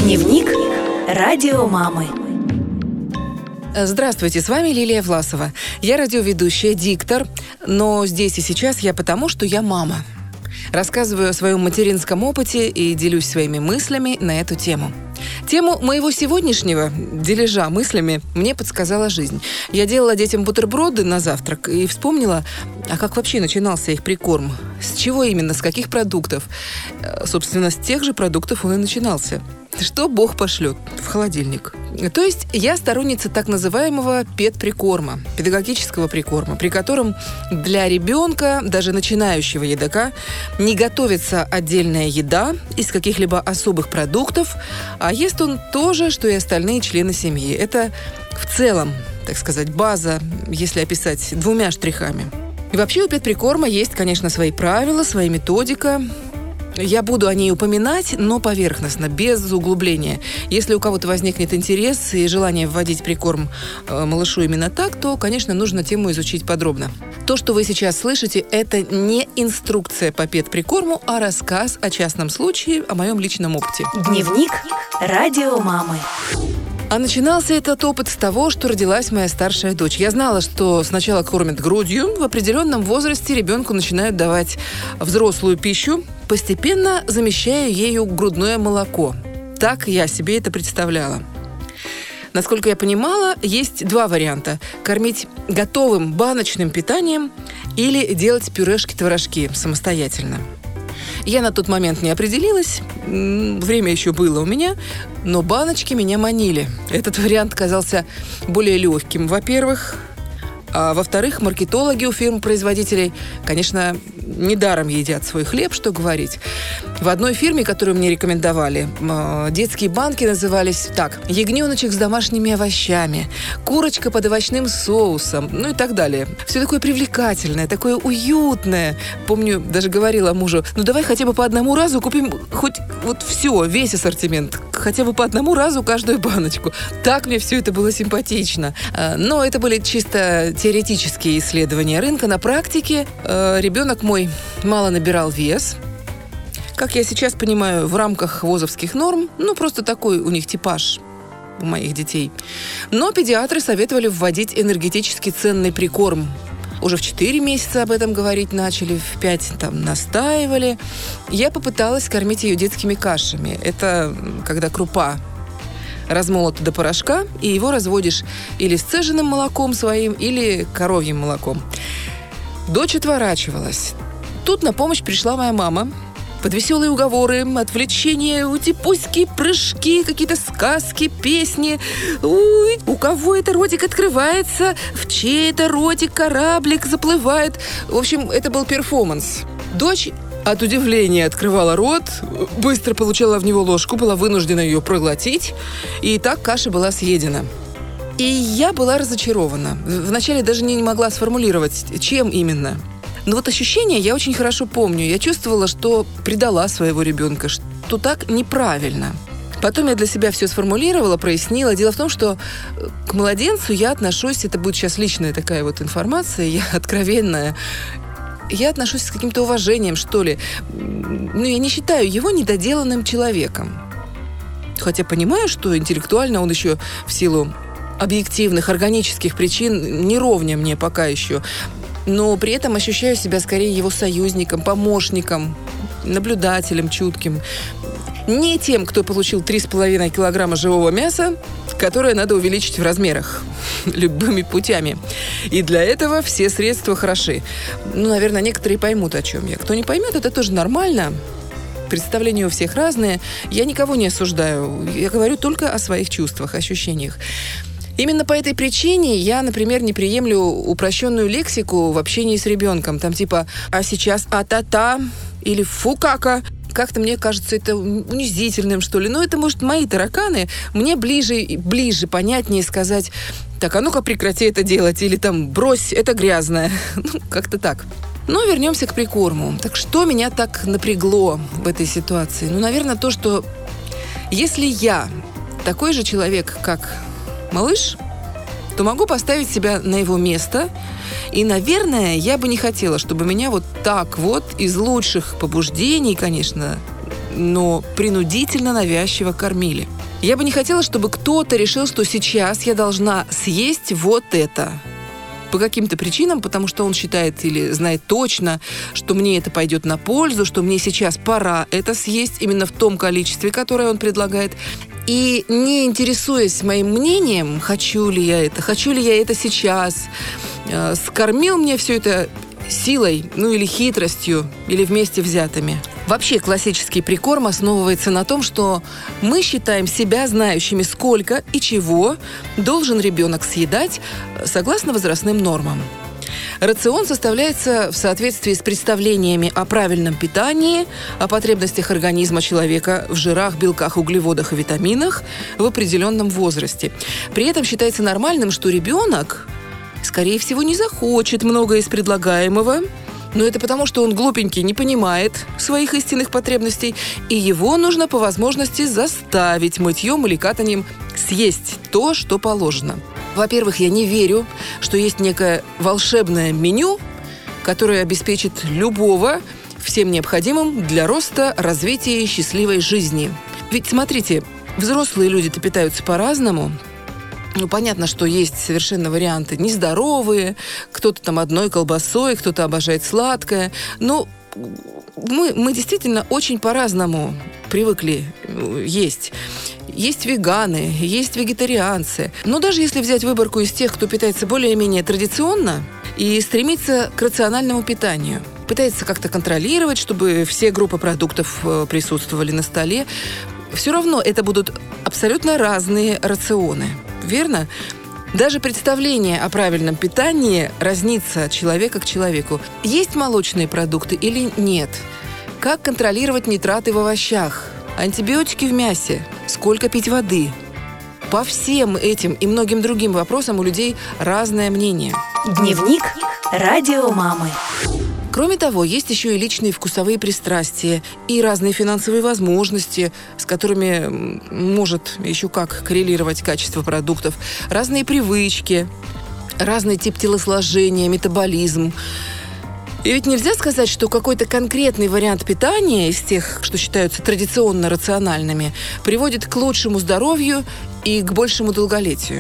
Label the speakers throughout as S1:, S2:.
S1: Дневник радиомамы.
S2: Здравствуйте, с вами Лилия Власова. Я радиоведущая, диктор, но здесь и сейчас я потому, что я мама. Рассказываю о своем материнском опыте и делюсь своими мыслями на эту тему. Тему моего сегодняшнего дележа мыслями мне подсказала жизнь. Я делала детям бутерброды на завтрак и вспомнила, а как вообще начинался их прикорм? С чего именно, с каких продуктов? Собственно, с тех же продуктов он и начинался. Что Бог пошлет в холодильник. То есть я сторонница так называемого педприкорма, педагогического прикорма, при котором для ребенка, даже начинающего едока, не готовится отдельная еда из каких-либо особых продуктов, а ест он то же, что и остальные члены семьи. Это в целом, так сказать, база, если описать двумя штрихами. И вообще у педприкорма есть, конечно, свои правила, своя методика. Я буду о ней упоминать, но поверхностно, без углубления. Если у кого-то возникнет интерес и желание вводить прикорм малышу именно так, то, конечно, нужно тему изучить подробно. То, что вы сейчас слышите, это не инструкция по педприкорму, а рассказ о частном случае, о моем личном опыте.
S1: Дневник радиомамы.
S2: А начинался этот опыт с того, что родилась моя старшая дочь. Я знала, что сначала кормят грудью, в определенном возрасте ребенку начинают давать взрослую пищу, постепенно замещая ею грудное молоко. Так я себе это представляла. Насколько я понимала, есть два варианта. Кормить готовым баночным питанием или делать пюрешки-творожки самостоятельно. Я на тот момент не определилась, время еще было у меня, но баночки меня манили. Этот вариант казался более легким, во-первых. А во-вторых, маркетологи у фирм-производителей, конечно, недаром едят свой хлеб, что говорить. В одной фирме, которую мне рекомендовали, детские банки назывались так: ягненочек с домашними овощами, курочка под овощным соусом, ну и так далее. Все такое привлекательное, такое уютное. Помню, даже говорила мужу: ну давай хотя бы по одному разу купим хоть вот все, весь ассортимент, хотя бы по одному разу каждую баночку. Так мне все это было симпатично. Но это были чисто теоретические исследования рынка. На практике ребенок мой мало набирал вес. Как я сейчас понимаю, в рамках вузовских норм, просто такой у них типаж у моих детей. Но педиатры советовали вводить энергетически ценный прикорм. Уже в 4 месяца об этом говорить начали, в 5 настаивали. Я попыталась кормить ее детскими кашами. Это когда крупа размолота до порошка, и его разводишь или сцеженным молоком своим, или коровьим молоком. Дочь отворачивалась. Тут на помощь пришла моя мама. Под веселые уговоры, отвлечения, утипуськи, прыжки, какие-то сказки, песни. Ой, у кого это ротик открывается, в чей это ротик кораблик заплывает. В общем, это был перформанс. Дочь от удивления открывала рот, быстро получала в него ложку, была вынуждена ее проглотить, и так каша была съедена. И я была разочарована. Вначале даже не могла сформулировать, чем именно. Но вот ощущения я очень хорошо помню. Я чувствовала, что предала своего ребенка, что так неправильно. Потом я для себя все сформулировала, прояснила. Дело в том, что к младенцу я отношусь, это будет сейчас личная такая вот информация, я откровенная, я отношусь с каким-то уважением, что ли. Я не считаю его недоделанным человеком. Хотя понимаю, что интеллектуально он еще в силу объективных, органических причин не ровня мне пока еще. Но при этом ощущаю себя скорее его союзником, помощником, наблюдателем чутким. Не тем, кто получил 3,5 килограмма живого мяса, которое надо увеличить в размерах любыми путями. И для этого все средства хороши. Наверное, некоторые поймут, о чем я. Кто не поймет, это тоже нормально. Представления у всех разные. Я никого не осуждаю. Я говорю только о своих чувствах, ощущениях. Именно по этой причине я, например, не приемлю упрощенную лексику в общении с ребенком. Там типа «а сейчас а-та-та» или «фу кака». Как-то мне кажется это унизительным, что ли. Но это, может, мои тараканы. Мне ближе, понятнее сказать: так, а ну-ка прекрати это делать. Или там «брось, это грязное». Как-то так. Но вернемся к прикорму. Так что меня так напрягло в этой ситуации? Наверное, то, что если я такой же человек, как малыш, то могу поставить себя на его место. И, наверное, я бы не хотела, чтобы меня вот так вот из лучших побуждений, конечно, но принудительно навязчиво кормили. Я бы не хотела, чтобы кто-то решил, что сейчас я должна съесть вот это. По каким-то причинам, потому что он считает или знает точно, что мне это пойдет на пользу, что мне сейчас пора это съесть именно в том количестве, которое он предлагает. И не интересуясь моим мнением, хочу ли я это сейчас, скормил мне все это силой, или хитростью, или вместе взятыми. Вообще классический прикорм основывается на том, что мы считаем себя знающими, сколько и чего должен ребенок съедать согласно возрастным нормам. Рацион составляется в соответствии с представлениями о правильном питании, о потребностях организма человека в жирах, белках, углеводах и витаминах в определенном возрасте. При этом считается нормальным, что ребенок, скорее всего, не захочет многое из предлагаемого, но это потому, что он глупенький, не понимает своих истинных потребностей, и его нужно по возможности заставить мытьем или катанием съесть то, что положено. Во-первых, я не верю, что есть некое волшебное меню, которое обеспечит любого всем необходимым для роста, развития и счастливой жизни. Ведь, смотрите, взрослые люди-то питаются по-разному. Понятно, что есть совершенно варианты нездоровые, кто-то там одной колбасой, кто-то обожает сладкое. Но мы действительно очень по-разному привыкли есть. Есть веганы, есть вегетарианцы. Но даже если взять выборку из тех, кто питается более-менее традиционно и стремится к рациональному питанию, пытается как-то контролировать, чтобы все группы продуктов присутствовали на столе, все равно это будут абсолютно разные рационы. Верно? Даже представление о правильном питании разнится от человека к человеку. Есть молочные продукты или нет? Как контролировать нитраты в овощах? Антибиотики в мясе? Сколько пить воды? По всем этим и многим другим вопросам у людей разное мнение.
S1: Дневник радио мамы.
S2: Кроме того, есть еще и личные вкусовые пристрастия и разные финансовые возможности, с которыми может еще как коррелировать качество продуктов, разные привычки, разный тип телосложения, метаболизм. И ведь нельзя сказать, что какой-то конкретный вариант питания из тех, что считаются традиционно рациональными, приводит к лучшему здоровью и к большему долголетию.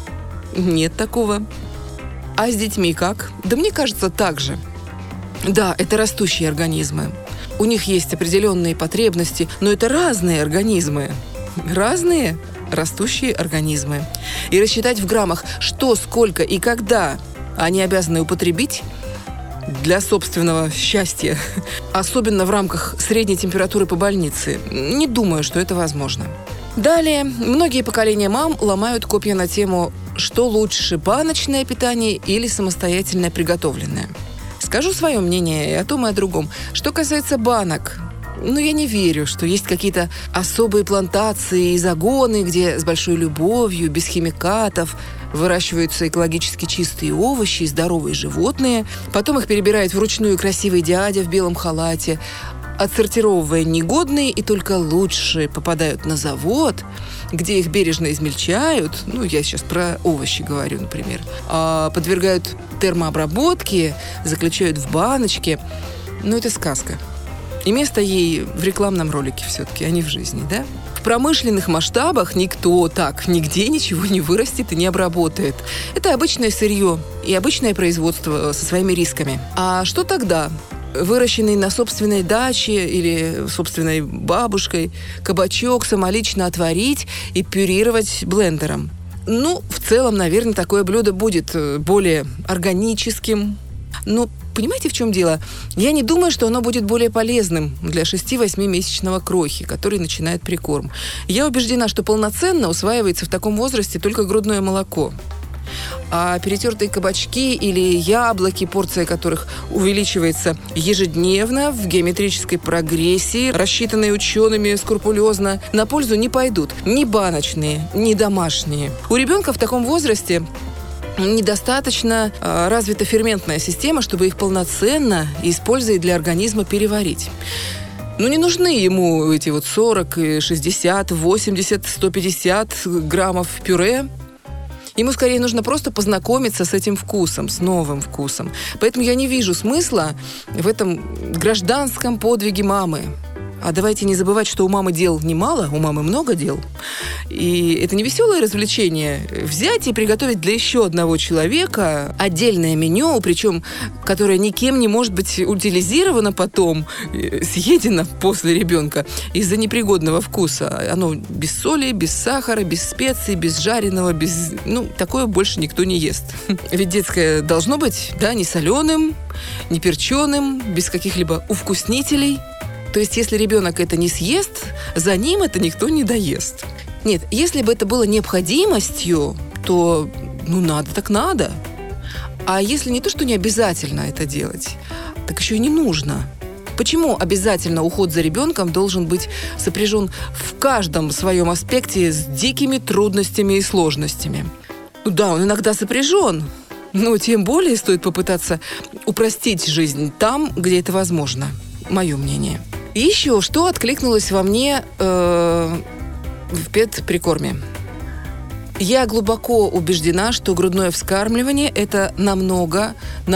S2: Нет такого. А с детьми как? Да мне кажется, так же. Да, это растущие организмы. У них есть определенные потребности, но это разные организмы. Разные растущие организмы. И рассчитать в граммах, что, сколько и когда они обязаны употребить для собственного счастья, особенно в рамках средней температуры по больнице, не думаю, что это возможно. Далее, многие поколения мам ломают копья на тему, что лучше, баночное питание или самостоятельное приготовленное. Скажу свое мнение и о том, и о другом. Что касается банок, я не верю, что есть какие-то особые плантации и загоны, где с большой любовью, без химикатов выращиваются экологически чистые овощи и здоровые животные. Потом их перебирает вручную красивый дядя в белом халате, отсортировывая негодные, и только лучшие попадают на завод, где их бережно измельчают, я сейчас про овощи говорю, например, подвергают термообработке, заключают в баночки. Это сказка. И место ей в рекламном ролике все-таки, а не в жизни, да? В промышленных масштабах никто так нигде ничего не вырастет и не обработает. Это обычное сырье и обычное производство со своими рисками. А что тогда? Выращенный на собственной даче или собственной бабушкой кабачок самолично отварить и пюрировать блендером. В целом, наверное, такое блюдо будет более органическим. Но понимаете, в чем дело? Я не думаю, что оно будет более полезным для 6-8-месячного крохи, который начинает прикорм. Я убеждена, что полноценно усваивается в таком возрасте только грудное молоко. А перетертые кабачки или яблоки, порция которых увеличивается ежедневно в геометрической прогрессии, рассчитанные учеными скрупулезно, на пользу не пойдут ни баночные, ни домашние. У ребенка в таком возрасте недостаточно развита ферментная система, чтобы их полноценно, используя для организма, переварить. Не нужны ему эти 40, 60, 80, 150 граммов пюре. Ему скорее нужно просто познакомиться с этим вкусом, с новым вкусом. Поэтому я не вижу смысла в этом гражданском подвиге мамы. А давайте не забывать, что у мамы дел немало, у мамы много дел. И это не веселое развлечение взять и приготовить для еще одного человека отдельное меню, причем которое никем не может быть утилизировано потом, съедено после ребенка из-за непригодного вкуса. Оно без соли, без сахара, без специй, без жареного, без... такое больше никто не ест. Ведь детское должно быть, не соленым, не перченым, без каких-либо увкуснителей. То есть, если ребенок это не съест, за ним это никто не доест. Нет, если бы это было необходимостью, то, надо так надо. А если не то, что не обязательно это делать, так еще и не нужно. Почему обязательно уход за ребенком должен быть сопряжен в каждом своем аспекте с дикими трудностями и сложностями? Он иногда сопряжен, но тем более стоит попытаться упростить жизнь там, где это возможно. Мое мнение. И еще что откликнулось во мне в педприкорме. Я глубоко убеждена, что грудное вскармливание – это намного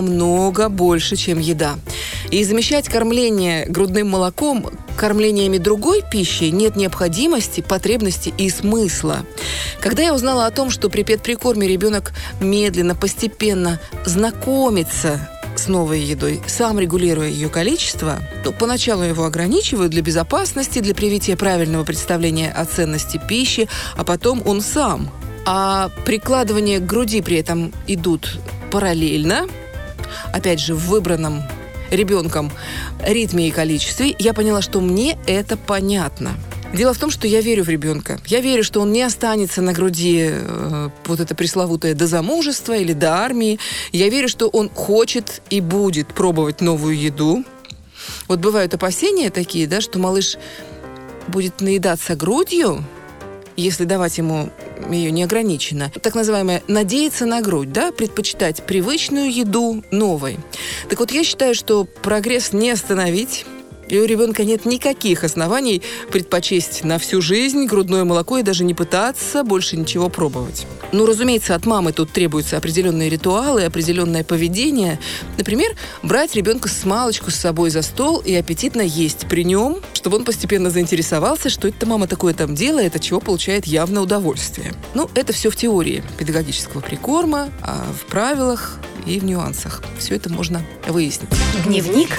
S2: больше, чем еда. И замещать кормление грудным молоком кормлениями другой пищи нет необходимости, потребности и смысла. Когда я узнала о том, что при педприкорме ребенок медленно, постепенно знакомится с новой едой, сам регулируя ее количество, поначалу его ограничивают для безопасности, для привития правильного представления о ценности пищи, а потом он сам. А прикладывания к груди при этом идут параллельно, опять же, в выбранном ребенком ритме и количестве. Я поняла, что мне это понятно. Дело в том, что я верю в ребенка. Я верю, что он не останется на груди вот это пресловутое до замужества или до армии. Я верю, что он хочет и будет пробовать новую еду. Вот бывают опасения такие, что малыш будет наедаться грудью, если давать ему ее неограниченно. Так называемое надеяться на грудь, предпочитать привычную еду новой. Так вот, я считаю, что прогресс не остановить. И у ребенка нет никаких оснований предпочесть на всю жизнь грудное молоко и даже не пытаться больше ничего пробовать. Разумеется, от мамы тут требуются определенные ритуалы, определенное поведение. Например, брать ребенка с малочку с собой за стол и аппетитно есть при нем, чтобы он постепенно заинтересовался, что это мама такое там делает, от чего получает явное удовольствие. Это все в теории педагогического прикорма, а в правилах и в нюансах. Все это можно выяснить.
S1: Дневник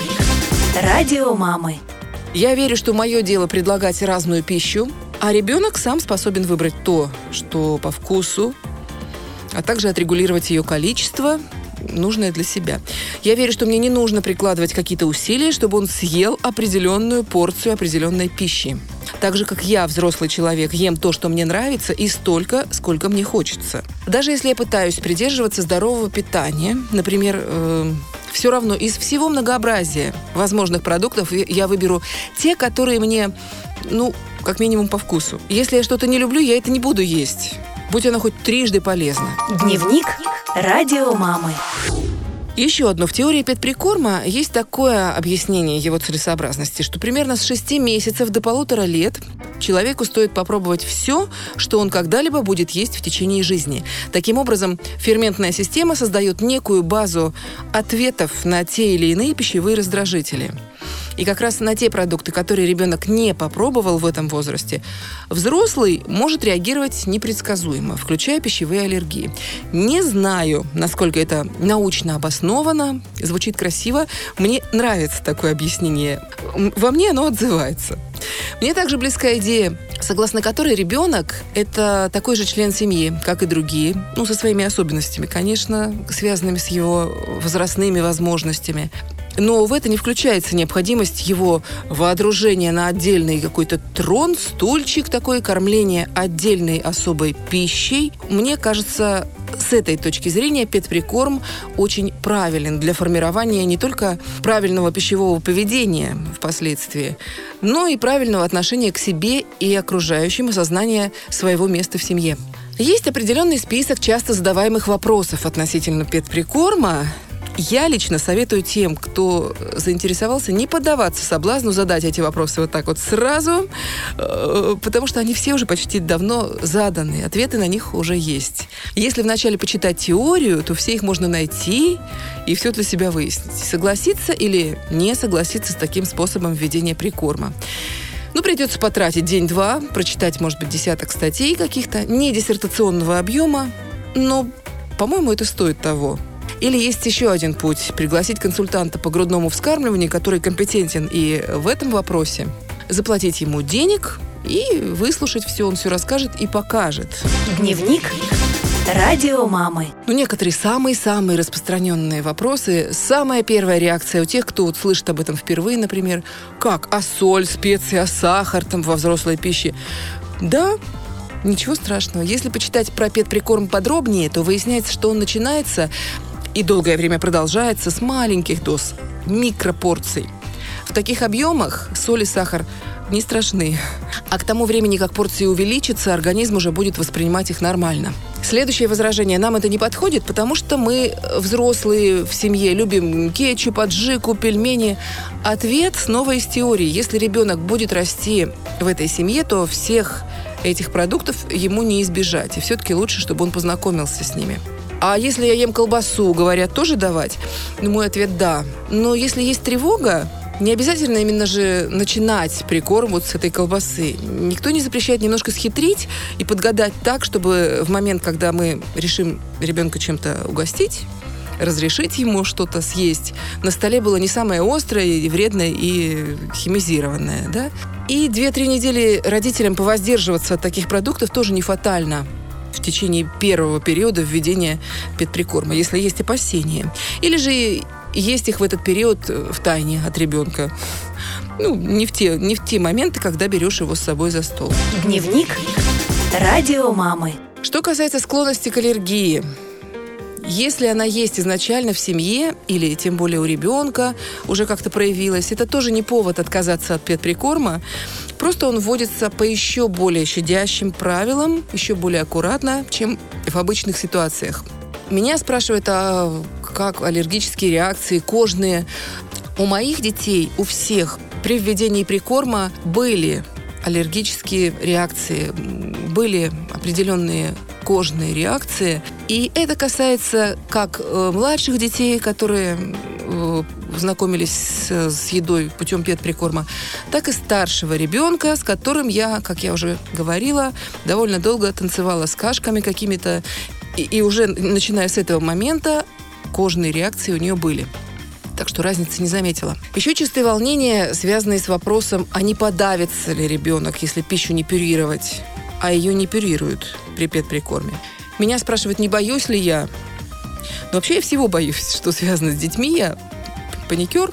S1: радио мамы.
S2: Я верю, что мое дело предлагать разную пищу, а ребенок сам способен выбрать то, что по вкусу, а также отрегулировать ее количество, нужное для себя. Я верю, что мне не нужно прикладывать какие-то усилия, чтобы он съел определенную порцию определенной пищи. Так же, как я, взрослый человек, ем то, что мне нравится, и столько, сколько мне хочется. Даже если я пытаюсь придерживаться здорового питания, например, все равно из всего многообразия возможных продуктов я выберу те, которые мне, как минимум по вкусу. Если я что-то не люблю, я это не буду есть. Будь оно хоть трижды полезно.
S1: Дневник радио мамы.
S2: Еще одно. В теории педприкорма есть такое объяснение его целесообразности, что примерно с 6 месяцев до 1,5 лет человеку стоит попробовать все, что он когда-либо будет есть в течение жизни. Таким образом, ферментная система создает некую базу ответов на те или иные пищевые раздражители. И как раз на те продукты, которые ребенок не попробовал в этом возрасте, взрослый может реагировать непредсказуемо, включая пищевые аллергии. Не знаю, насколько это научно обосновано, звучит красиво. Мне нравится такое объяснение. Во мне оно отзывается. Мне также близка идея, согласно которой ребенок – это такой же член семьи, как и другие, со своими особенностями, конечно, связанными с его возрастными возможностями. Но в это не включается необходимость его воодружения на отдельный какой-то трон, стульчик такой, кормление отдельной особой пищей. Мне кажется, с этой точки зрения педприкорм очень правилен для формирования не только правильного пищевого поведения впоследствии, но и правильного отношения к себе и окружающим, осознания своего места в семье. Есть определенный список часто задаваемых вопросов относительно педприкорма, Я лично советую тем, кто заинтересовался, не поддаваться соблазну задать эти вопросы вот так вот сразу, потому что они все уже почти давно заданы, ответы на них уже есть. Если вначале почитать теорию, то все их можно найти и все для себя выяснить. Согласиться или не согласиться с таким способом введения прикорма. Придется потратить день-два, прочитать, может быть, десяток статей каких-то, не диссертационного объема, но, по-моему, это стоит того. Или есть еще один путь – пригласить консультанта по грудному вскармливанию, который компетентен и в этом вопросе, заплатить ему денег и выслушать все, он все расскажет и покажет.
S1: Дневник радио мамы.
S2: Некоторые самые-самые распространенные вопросы. Самая первая реакция у тех, кто вот слышит об этом впервые, например, как? А соль, специи, а сахар там во взрослой пище? Да, ничего страшного. Если почитать про пет-прикорм подробнее, то выясняется, что он начинается и долгое время продолжается с маленьких доз, микропорций. В таких объемах соль и сахар не страшны. А к тому времени, как порции увеличатся, организм уже будет воспринимать их нормально. Следующее возражение. Нам это не подходит, потому что мы, взрослые в семье, любим кетчуп, аджику, пельмени. Ответ снова из теории. Если ребенок будет расти в этой семье, то всех этих продуктов ему не избежать. И все-таки лучше, чтобы он познакомился с ними. А если я ем колбасу, говорят, тоже давать? Мой ответ – да. Но если есть тревога, не обязательно именно же начинать прикорм вот с этой колбасы. Никто не запрещает немножко схитрить и подгадать так, чтобы в момент, когда мы решим ребенка чем-то угостить, разрешить ему что-то съесть, на столе было не самое острое и вредное и химизированное, да? И 2-3 недели родителям повоздерживаться от таких продуктов тоже не фатально в течение первого периода введения пет-прикорма, если есть опасения. Или же есть их в этот период в тайне от ребенка. Не в те моменты, когда берешь его с собой за стол.
S1: Дневник радио мамы.
S2: Что касается склонности к аллергии, если она есть изначально в семье или тем более у ребенка уже как-то проявилась, это тоже не повод отказаться от пет-прикорма. Просто он вводится по еще более щадящим правилам, еще более аккуратно, чем в обычных ситуациях. Меня спрашивают, как аллергические реакции, кожные. У моих детей, у всех при введении прикорма были аллергические реакции, были определенные кожные реакции. И это касается как младших детей, которые знакомились с едой путем пет-прикорма, так и старшего ребенка, с которым я, как я уже говорила, довольно долго танцевала с кашками какими-то. И уже начиная с этого момента кожные реакции у нее были. Так что разницы не заметила. Еще чистые волнения, связанные с вопросом, а не подавится ли ребенок, если пищу не пюрировать, а ее не пюрируют при пет-прикорме. Меня спрашивают, не боюсь ли я. Вообще я всего боюсь, что связано с детьми. Я паникер.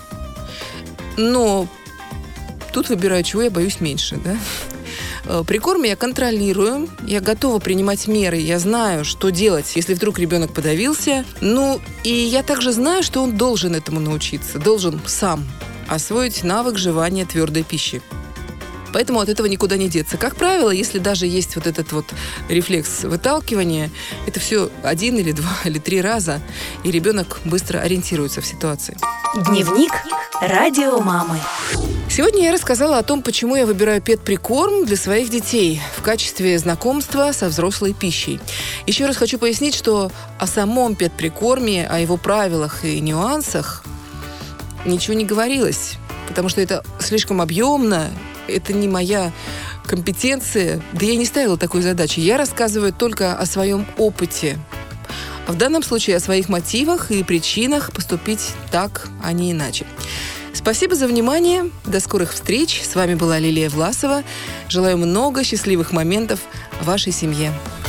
S2: Но тут выбираю, чего я боюсь меньше, да? Прикорм я контролирую, я готова принимать меры, я знаю, что делать, если вдруг ребенок подавился. И я также знаю, что он должен этому научиться, должен сам освоить навык жевания твердой пищи. Поэтому от этого никуда не деться. Как правило, если даже есть вот этот вот рефлекс выталкивания, это все 1 или 2 или 3 раза, и ребенок быстро ориентируется в ситуации.
S1: Дневник радио мамы.
S2: Сегодня я рассказала о том, почему я выбираю пет-прикорм для своих детей в качестве знакомства со взрослой пищей. Еще раз хочу пояснить, что о самом пет-прикорме, о его правилах и нюансах ничего не говорилось, потому что это слишком объемно, это не моя компетенция, да я не ставила такой задачи. Я рассказываю только о своем опыте. В данном случае о своих мотивах и причинах поступить так, а не иначе. Спасибо за внимание. До скорых встреч. С вами была Лилия Власова. Желаю много счастливых моментов в вашей семье.